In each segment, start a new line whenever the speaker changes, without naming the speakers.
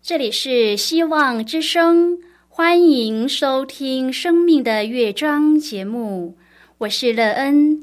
这里是希望之声，欢迎收听生命的乐章节目，我是乐恩。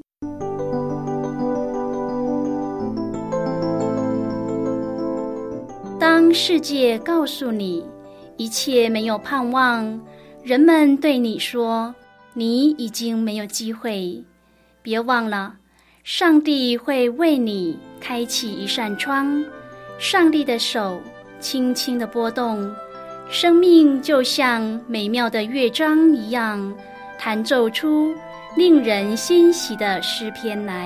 当世界告诉你一切没有盼望，人们对你说你已经没有机会，别忘了上帝会为你开启一扇窗，上帝的手轻轻地拨动，生命就像美妙的乐章一样，弹奏出令人欣喜的诗篇来。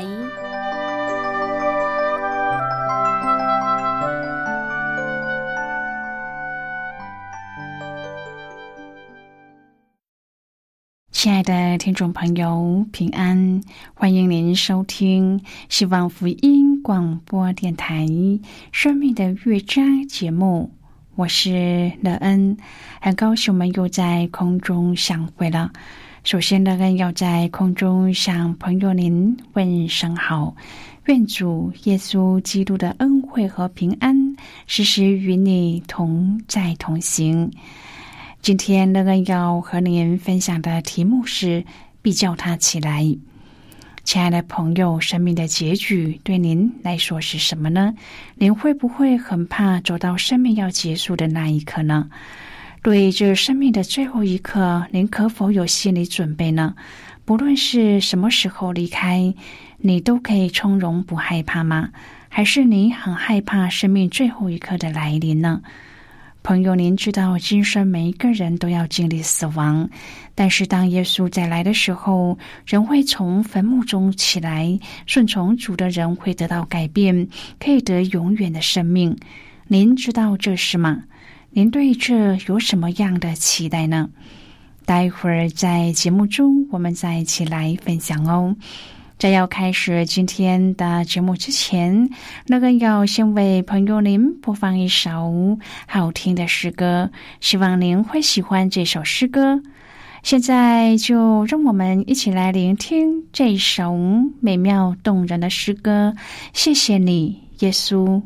亲爱的听众朋友，平安，欢迎您收听希望福音广播电台生命的乐章节目，我是乐恩，很高兴我们又在空中相会了。首先，乐恩要在空中向朋友您问声好，愿主耶稣基督的恩惠和平安时时与你同在同行。今天乐恩要和您分享的题目是必叫他起来。亲爱的朋友，生命的结局对您来说是什么呢？您会不会很怕走到生命要结束的那一刻呢？对这生命的最后一刻，您可否有心理准备呢？不论是什么时候离开，你都可以从容不害怕吗？还是你很害怕生命最后一刻的来临呢？朋友，您知道今生每一个人都要经历死亡，但是当耶稣再来的时候，人会从坟墓中起来，顺从主的人会得到改变，可以得永远的生命。您知道这事吗？您对这有什么样的期待呢？待会儿在节目中我们再一起来分享哦。在要开始今天的节目之前，乐恩要先为朋友您播放一首好听的诗歌，希望您会喜欢这首诗歌。现在就让我们一起来聆听这首美妙动人的诗歌，谢谢你，耶稣。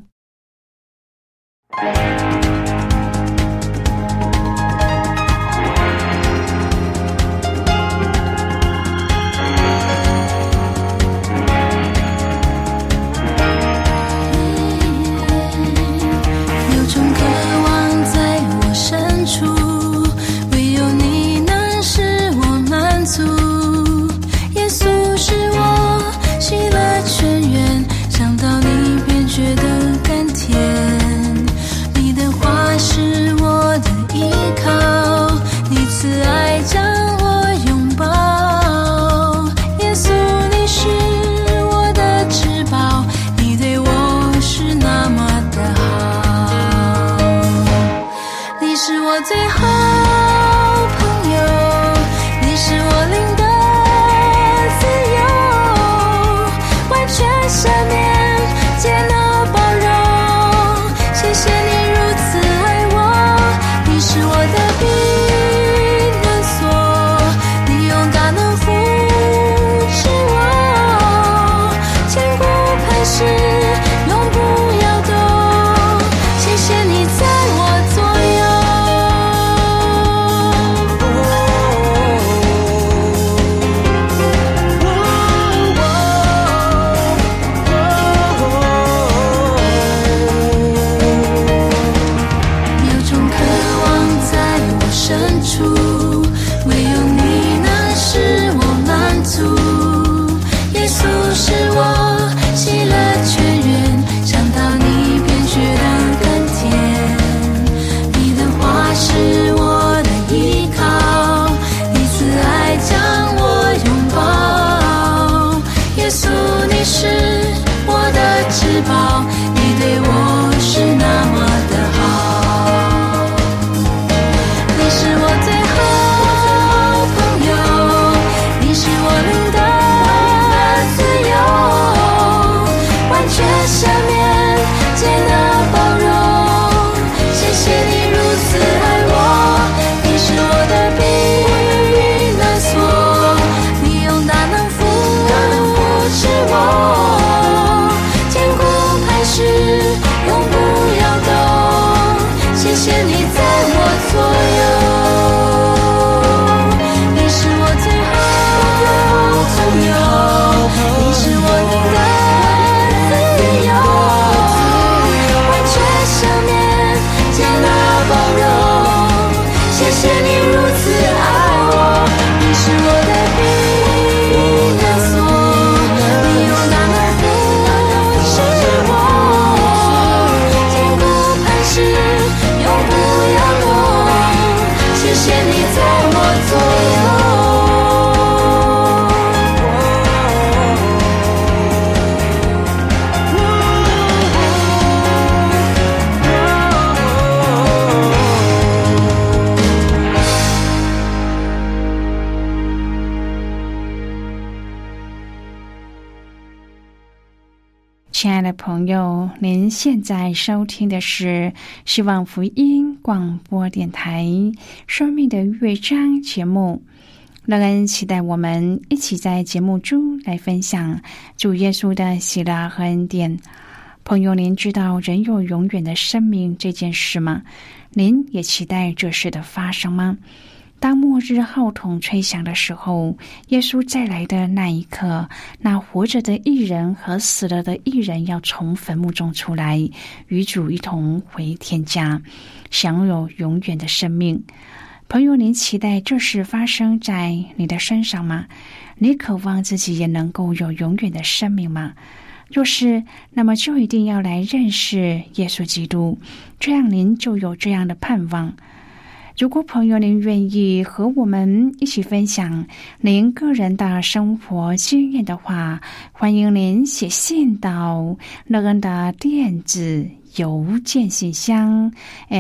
喜乐全员，想到你便觉得甘甜。 谢谢你在我左右，你是我最好朋友，你是我的自由，完全赦免，接纳包容，谢谢你如此爱我，你是我的避难所，你用大能扶持我，坚固磐石永不摇落，谢谢你在我左右。
亲爱的朋友，您现在收听的是希望福音广播电台生命的乐章节目。乐恩期待我们一起在节目中来分享主耶稣的喜乐和恩典。朋友，您知道人有永远的生命这件事吗？您也期待这事的发生吗？当末日号筒吹响的时候，耶稣再来的那一刻，那活着的义人和死了的义人要从坟墓中出来，与主一同回天家，享有永远的生命。朋友，您期待这事发生在你的身上吗？你渴望自己也能够有永远的生命吗？若是，那么就一定要来认识耶稣基督，这样您就有这样的盼望。如果朋友您愿意和我们一起分享您个人的生活经验的话，欢迎您写信到乐恩的电子邮件信箱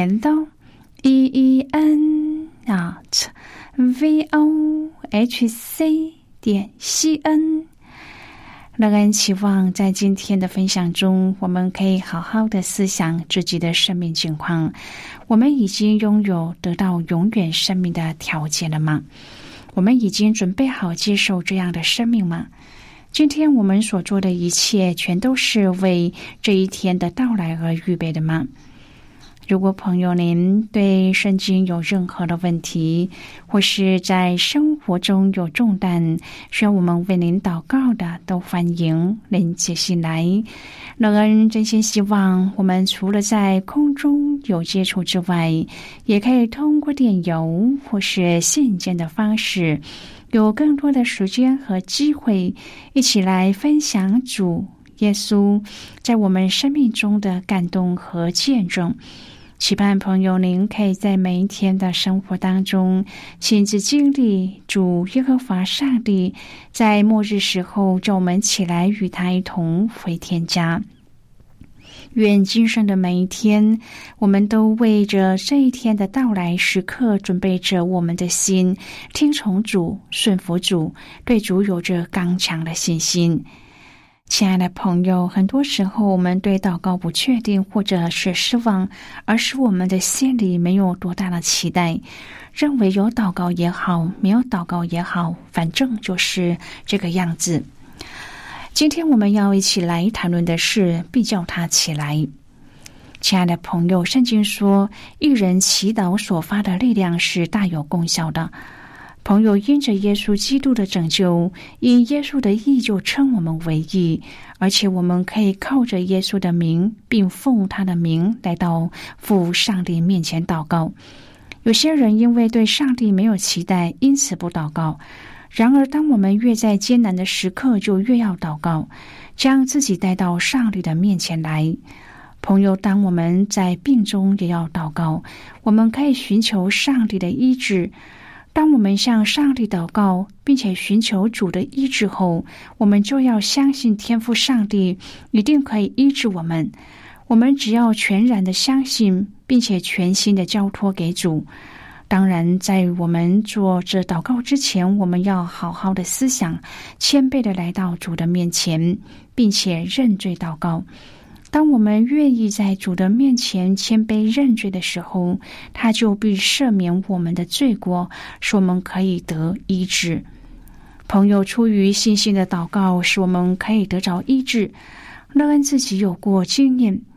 LEEN@vohc.cn。乐恩期望在今天的分享中，我们可以好好的思想自己的生命情况。我们已经拥有得到永远生命的条件了吗？我们已经准备好接受这样的生命吗？今天我们所做的一切，全都是为这一天的到来而预备的吗？如果朋友您对圣经有任何的问题，或是在生活中有重担需要我们为您祷告的，都欢迎您写信来。乐恩真心希望我们除了在空中有接触之外，也可以通过电邮或是信件的方式，有更多的时间和机会一起来分享主耶稣在我们生命中的感动和见证。期盼朋友您可以在每一天的生活当中亲自经历主耶和华上帝在末日时候叫我们起来与他一同回天家。愿今生的每一天，我们都为着这一天的到来时刻准备着我们的心，听从主，顺服主，对主有着刚强的信心。亲爱的朋友，很多时候我们对祷告不确定或者是失望，而是我们的心里没有多大的期待，认为有祷告也好，没有祷告也好，反正就是这个样子。今天我们要一起来谈论的是必叫他起来。亲爱的朋友，圣经说义人祈祷所发的力量是大有功效的。朋友，因着耶稣基督的拯救，因耶稣的义就称我们为义，而且我们可以靠着耶稣的名并奉他的名来到父上帝面前祷告。有些人因为对上帝没有期待，因此不祷告。然而当我们越在艰难的时刻，就越要祷告，将自己带到上帝的面前来。朋友，当我们在病中也要祷告，我们可以寻求上帝的医治。当我们向上帝祷告，并且寻求主的医治后，我们就要相信天父上帝一定可以医治我们。我们只要全然的相信，并且全心的交托给主。当然，在我们做这祷告之前，我们要好好的思想，谦卑的来到主的面前，并且认罪祷告。当我们愿意在主的面前谦卑认罪的时候，他就必赦免我们的罪过，使我们可以得医治。朋友，出于信心的祷告使我们可以得着医治。乐恩自己有过经验，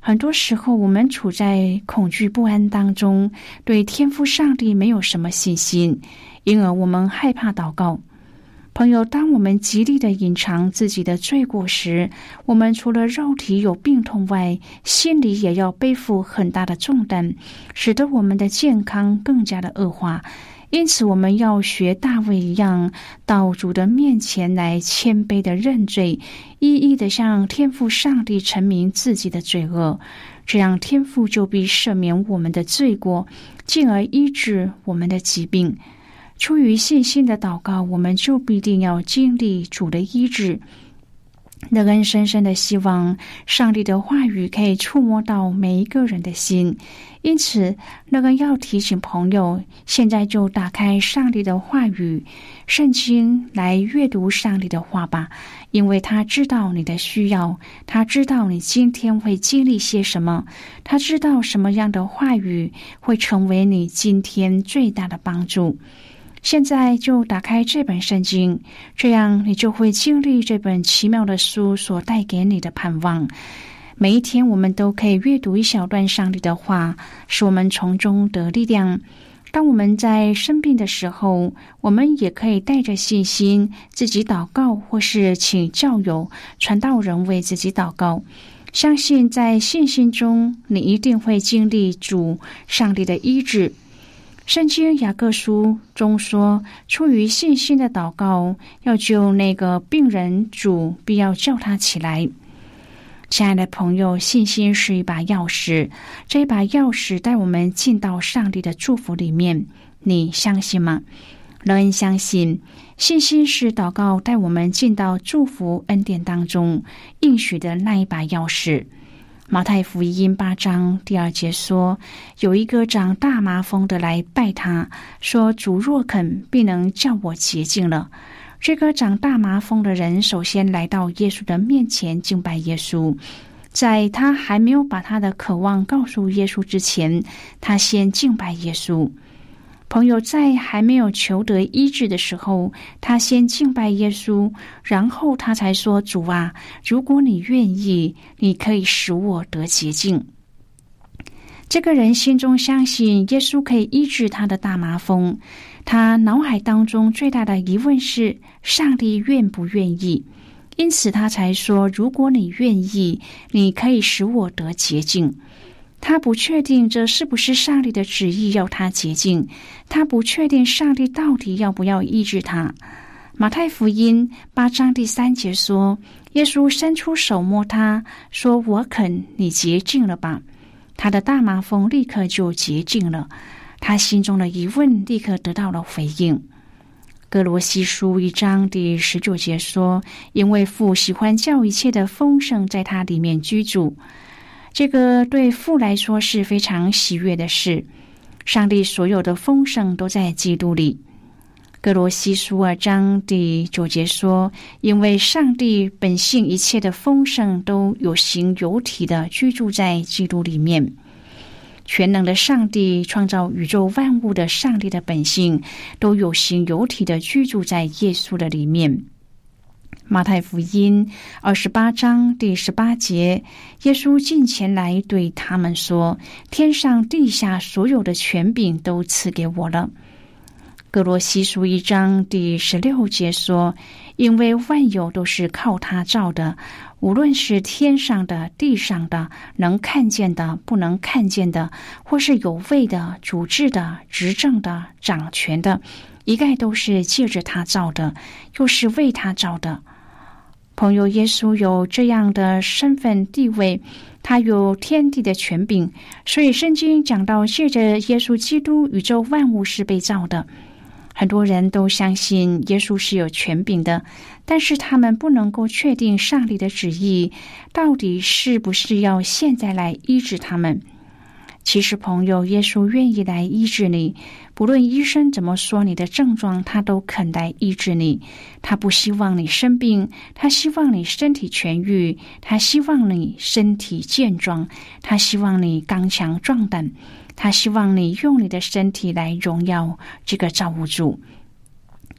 很多时候我们处在恐惧不安当中，对天父上帝没有什么信心，因而我们害怕祷告。朋友，当我们极力的隐藏自己的罪过时，我们除了肉体有病痛外，心里也要背负很大的重担，使得我们的健康更加的恶化。因此我们要学大卫一样，到主的面前来谦卑的认罪，一一的向天父上帝陈明自己的罪恶，这样天父就必赦免我们的罪过，进而医治我们的疾病。出于信心的祷告，我们就必定要经历主的医治。乐恩深深的希望上帝的话语可以触摸到每一个人的心，因此乐恩要提醒朋友，现在就打开上帝的话语圣经来阅读上帝的话吧，因为他知道你的需要，他知道你今天会经历些什么，他知道什么样的话语会成为你今天最大的帮助。现在就打开这本圣经，这样你就会经历这本奇妙的书所带给你的盼望。每一天我们都可以阅读一小段上帝的话，使我们从中得力量。当我们在生病的时候，我们也可以带着信心自己祷告，或是请教友传道人为自己祷告。相信在信心中，你一定会经历主上帝的医治。圣经雅各书中说，出于信心的祷告，要救那个病人，主必要叫他起来。亲爱的朋友，信心是一把钥匙，这一把钥匙带我们进到上帝的祝福里面，你相信吗？乐恩相信，信心是祷告带我们进到祝福恩典当中应许的那一把钥匙。马太福音8章第2节说，有一个长大麻风的来拜他，说，主若肯，必能叫我洁净了。这个长大麻风的人首先来到耶稣的面前敬拜耶稣，在他还没有把他的渴望告诉耶稣之前，他先敬拜耶稣。朋友，在还没有求得医治的时候，他先敬拜耶稣，然后他才说，主啊，如果你愿意，你可以使我得洁净。这个人心中相信耶稣可以医治他的大麻风，他脑海当中最大的疑问是，上帝愿不愿意？因此他才说，如果你愿意，你可以使我得洁净。他不确定这是不是上帝的旨意要他洁净，他不确定上帝到底要不要医治他。马太福音8章第3节说，耶稣伸出手摸他，说，我肯，你洁净了吧。他的大麻风立刻就洁净了，他心中的疑问立刻得到了回应。哥罗西书1章第19节说，因为父喜欢叫一切的丰盛在他里面居住。这个对父来说是非常喜悦的事，上帝所有的丰盛都在基督里。哥罗西书2章第9节说，因为上帝本性一切的丰盛都有形有体的居住在基督里面。全能的上帝，创造宇宙万物的上帝的本性都有形有体的居住在耶稣的里面。马太福音28章第18节，耶稣近前来对他们说，天上地下所有的权柄都赐给我了。哥罗西书1章第16节说，因为万有都是靠他造的，无论是天上的地上的，能看见的不能看见的，或是有位的主治的执政的掌权的，一概都是借着他造的，又是为他造的。朋友，耶稣有这样的身份地位，他有天地的权柄，所以圣经讲到借着耶稣基督，宇宙万物是被造的。很多人都相信耶稣是有权柄的，但是他们不能够确定上帝的旨意到底是不是要现在来医治他们。其实朋友，耶稣愿意来医治你，不论医生怎么说你的症状，他都肯来医治你。他不希望你生病，他希望你身体痊愈，他希望你身体健壮，他希望你刚强壮胆，他希望你用你的身体来荣耀这个造物主。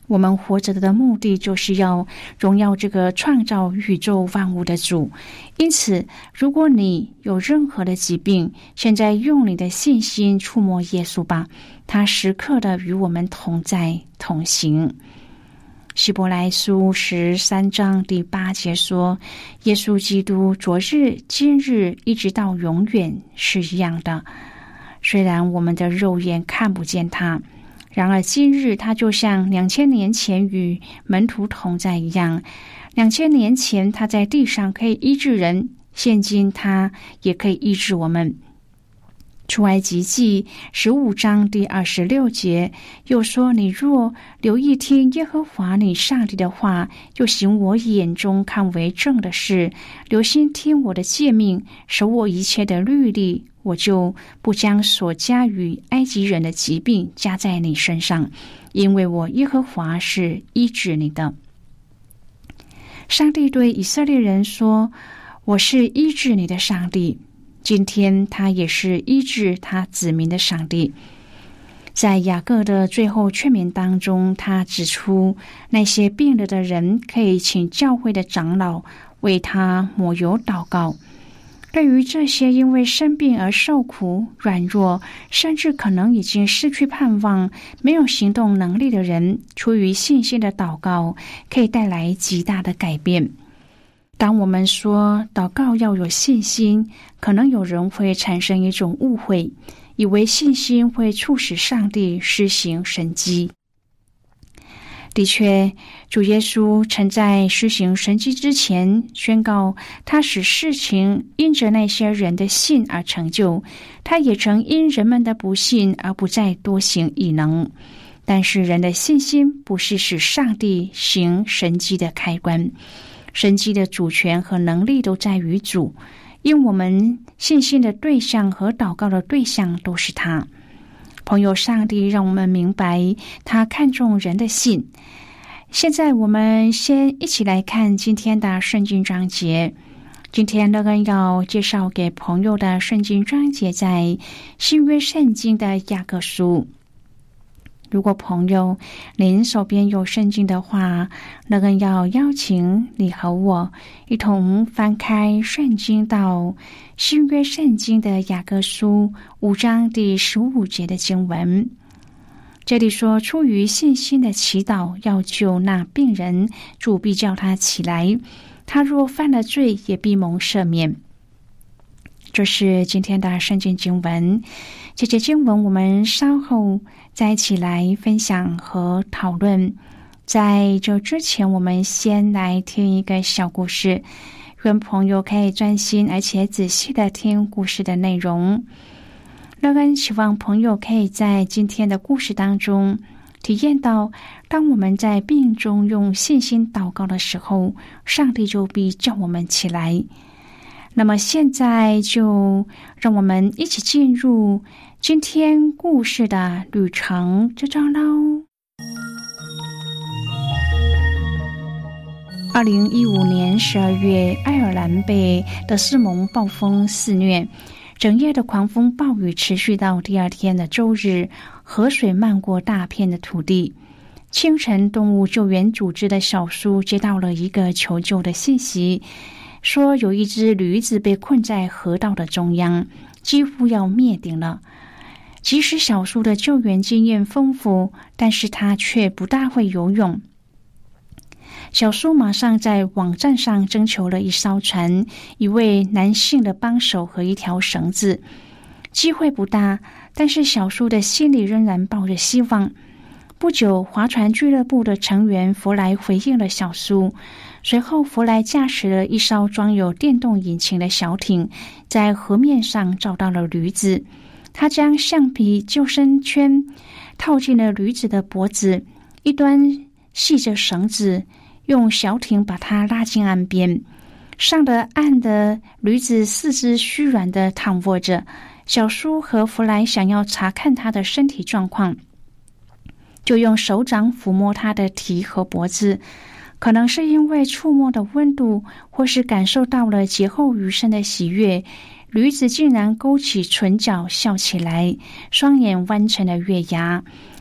我们活着的目的就是要荣耀这个创造宇宙万物的主。因此，如果你有任何的疾病，现在用你的信心触摸耶稣吧，他时刻的与我们同在同行。希伯来书13章第8节说，耶稣基督昨日今日一直到永远是一样的。虽然我们的肉眼看不见他，然而今日他就像2000年前与门徒同在一样。2000年前他在地上可以医治人，现今他也可以医治我们。出埃及记15章第26节又说，你若留意听耶和华你上帝的话，就行我眼中看为正的事，留心听我的诫命，守我一切的律例，我就不将所加于埃及人的疾病加在你身上，因为我耶和华是医治你的。上帝对以色列人说，我是医治你的上帝。今天他也是医治他子民的上帝。在雅各的最后劝勉当中，他指出那些病了的人可以请教会的长老为他抹油祷告。对于这些因为生病而受苦、软弱，甚至可能已经失去盼望、没有行动能力的人，出于信心的祷告可以带来极大的改变。当我们说祷告要有信心，可能有人会产生一种误会，以为信心会促使上帝施行神迹。的确，主耶稣曾在施行神迹之前宣告，他使事情因着那些人的信而成就，他也曾因人们的不信而不再多行异能。但是人的信心不是使上帝行神迹的开关，神迹的主权和能力都在于主，因我们信心的对象和祷告的对象都是他。朋友，上帝让我们明白他看重人的信。现在我们先一起来看今天的圣经章节。今天乐恩要介绍给朋友的圣经章节在新约圣经的雅各书。如果朋友您手边有圣经的话，乐恩要邀请你和我一同翻开圣经到新约圣经的雅各书5章第15节的经文。这里说，出于信心的祈祷要救那病人，主必叫他起来，他若犯了罪也必蒙赦免。这是今天的圣经经文。这节经文我们稍后再一起来分享和讨论。在这之前，我们先来听一个小故事，愿朋友可以专心而且仔细的听故事的内容。乐恩希望朋友可以在今天的故事当中体验到，当我们在病中用信心祷告的时候，上帝就必叫我们起来。那么现在就让我们一起进入今天故事的旅程之中喽。2015年12月，爱尔兰被德斯蒙暴风肆虐，整夜的狂风暴雨持续到第二天的周日，河水漫过大片的土地。清晨，动物救援组织的小苏接到了一个求救的信息，说有一只驴子被困在河道的中央，几乎要灭顶了。即使小苏的救援经验丰富，但是他却不大会游泳。小苏马上在网站上征求了一艘船、一位男性的帮手和一条绳子。机会不大，但是小苏的心里仍然抱着希望。不久，划船俱乐部的成员弗莱回应了小苏。随后，弗莱驾驶了一艘装有电动引擎的小艇，在河面上找到了驴子。他将橡皮救生圈套进了驴子的脖子，一端系着绳子，用小艇把它拉进岸边。上了岸的驴子四肢虚软地躺卧着。小苏和弗莱想要查看他的身体状况，就用手掌抚摸他的蹄和脖子。可能是因为触摸的温度，或是感受到了劫后余生的喜悦，驴子竟然勾起唇角笑起来，双眼弯成了月牙。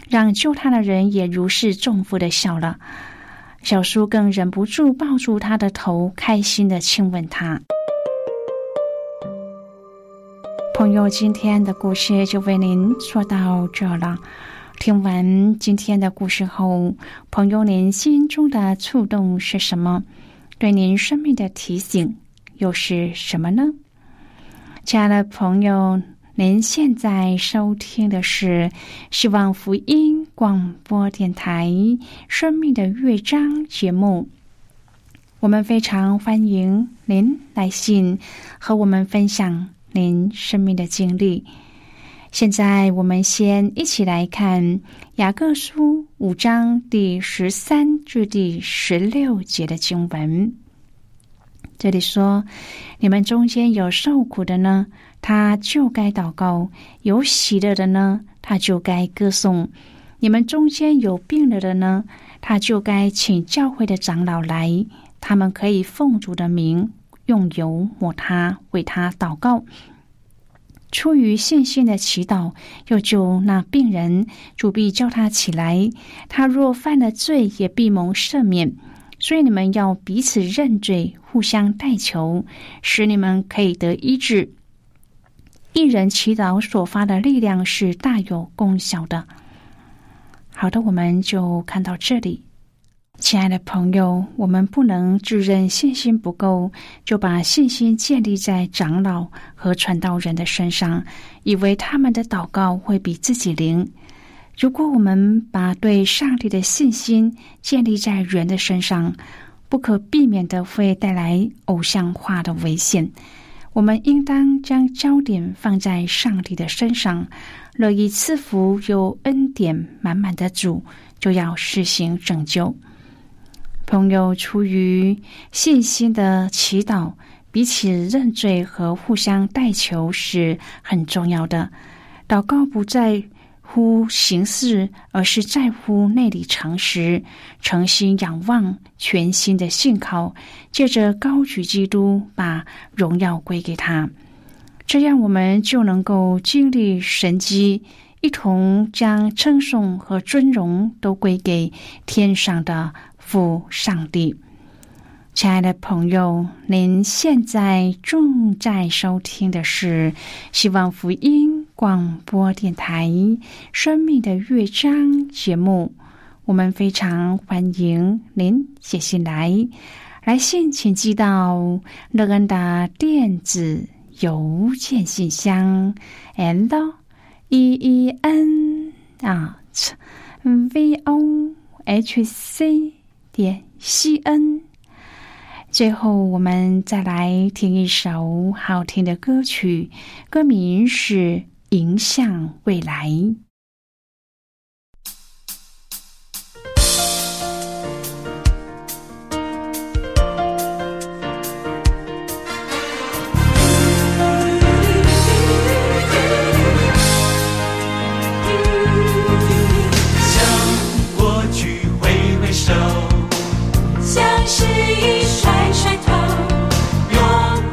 让救他的人也如释重负地笑了。小苏更忍不住抱住他的头，开心地亲吻他。朋友，今天的故事就为您说到这了。听完今天的故事后，朋友您心中的触动是什么？对您生命的提醒又是什么呢？亲爱的朋友，您现在收听的是希望福音广播电台生命的乐章节目。我们非常欢迎您来信和我们分享您生命的经历。现在我们先一起来看雅各书5章第13至第16节的经文。这里说，你们中间有受苦的呢，他就该祷告；有喜乐的呢，他就该歌颂。你们中间有病了的呢，他就该请教会的长老来，他们可以奉主的名用油抹他，为他祷告。出于信心的祈祷，又救那病人，主必叫他起来。他若犯了罪，也必蒙赦免。所以你们要彼此认罪，互相代求，使你们可以得医治。一人祈祷所发的力量是大有功效的。好的，我们就看到这里。亲爱的朋友，我们不能自认信心不够，就把信心建立在长老和传道人的身上，以为他们的祷告会比自己灵。如果我们把对上帝的信心建立在人的身上，不可避免的会带来偶像化的危险。我们应当将焦点放在上帝的身上，乐意赐福有恩典满满的主，就要施行拯救。朋友，出于信心的祈祷，彼此认罪和互相代求是很重要的。祷告不在乎形式，而是在乎内里诚实，诚心仰望，全心的信靠，借着高举基督，把荣耀归给他。这样我们就能够经历神迹，一同将称颂和尊荣都归给天上的父上帝。亲爱的朋友，您现在正在收听的是希望福音广播电台生命的乐章节目。我们非常欢迎您写信来信请寄到乐恩的电子邮件信箱 LEENVOHC.CN。最后我们再来听一首好听的歌曲，歌名是《迎向未来》。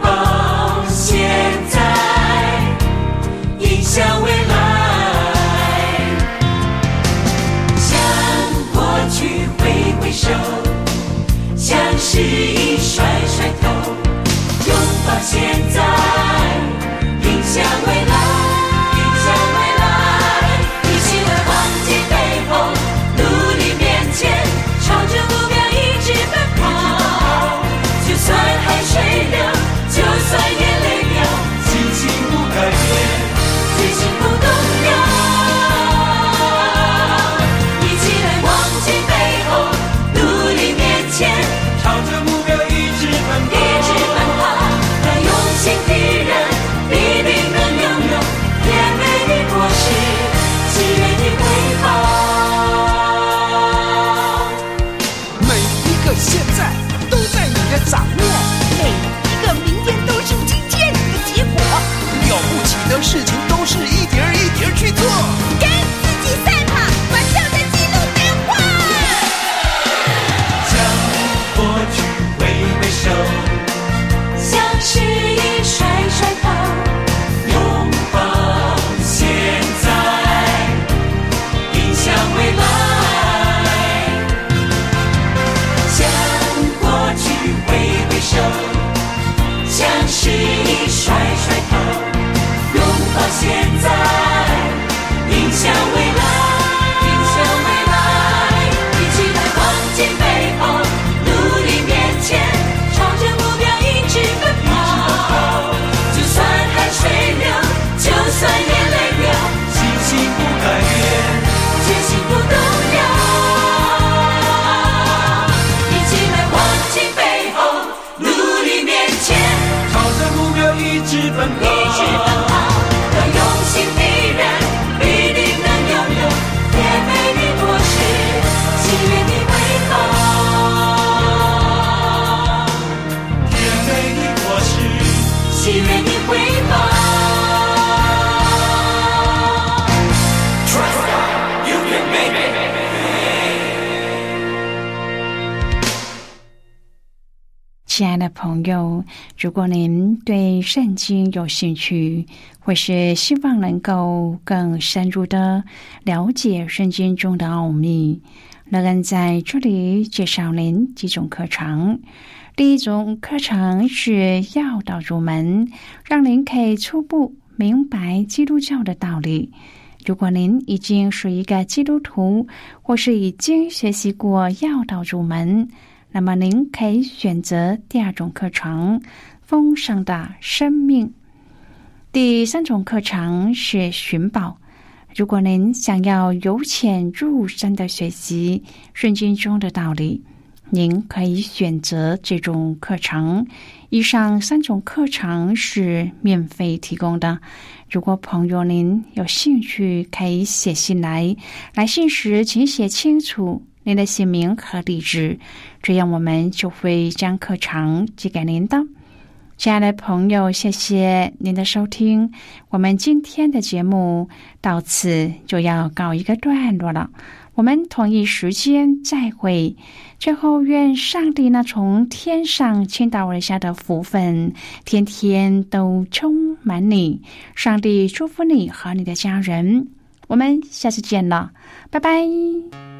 向未来。
亲爱的朋友，如果您对圣经有兴趣，或是希望能够更深入的了解圣经中的奥秘，乐恩在这里介绍您几种课程。第一种课程是要道入门，让您可以初步明白基督教的道理。如果您已经是一个基督徒，或是已经学习过要道入门，那么您可以选择第二种课程，丰盛的生命。第三种课程是寻宝。如果您想要由浅入深的学习圣经中的道理，您可以选择这种课程。以上三种课程是免费提供的。如果朋友您有兴趣，可以写信来信时请写清楚您的姓名和地址，这样我们就会将课程寄给您的。亲爱的朋友，谢谢您的收听，我们今天的节目到此就要告一个段落了，我们同一时间再会。最后，愿上帝那从天上倾倒而下的福分天天都充满你。上帝祝福你和你的家人，我们下次见了，拜拜。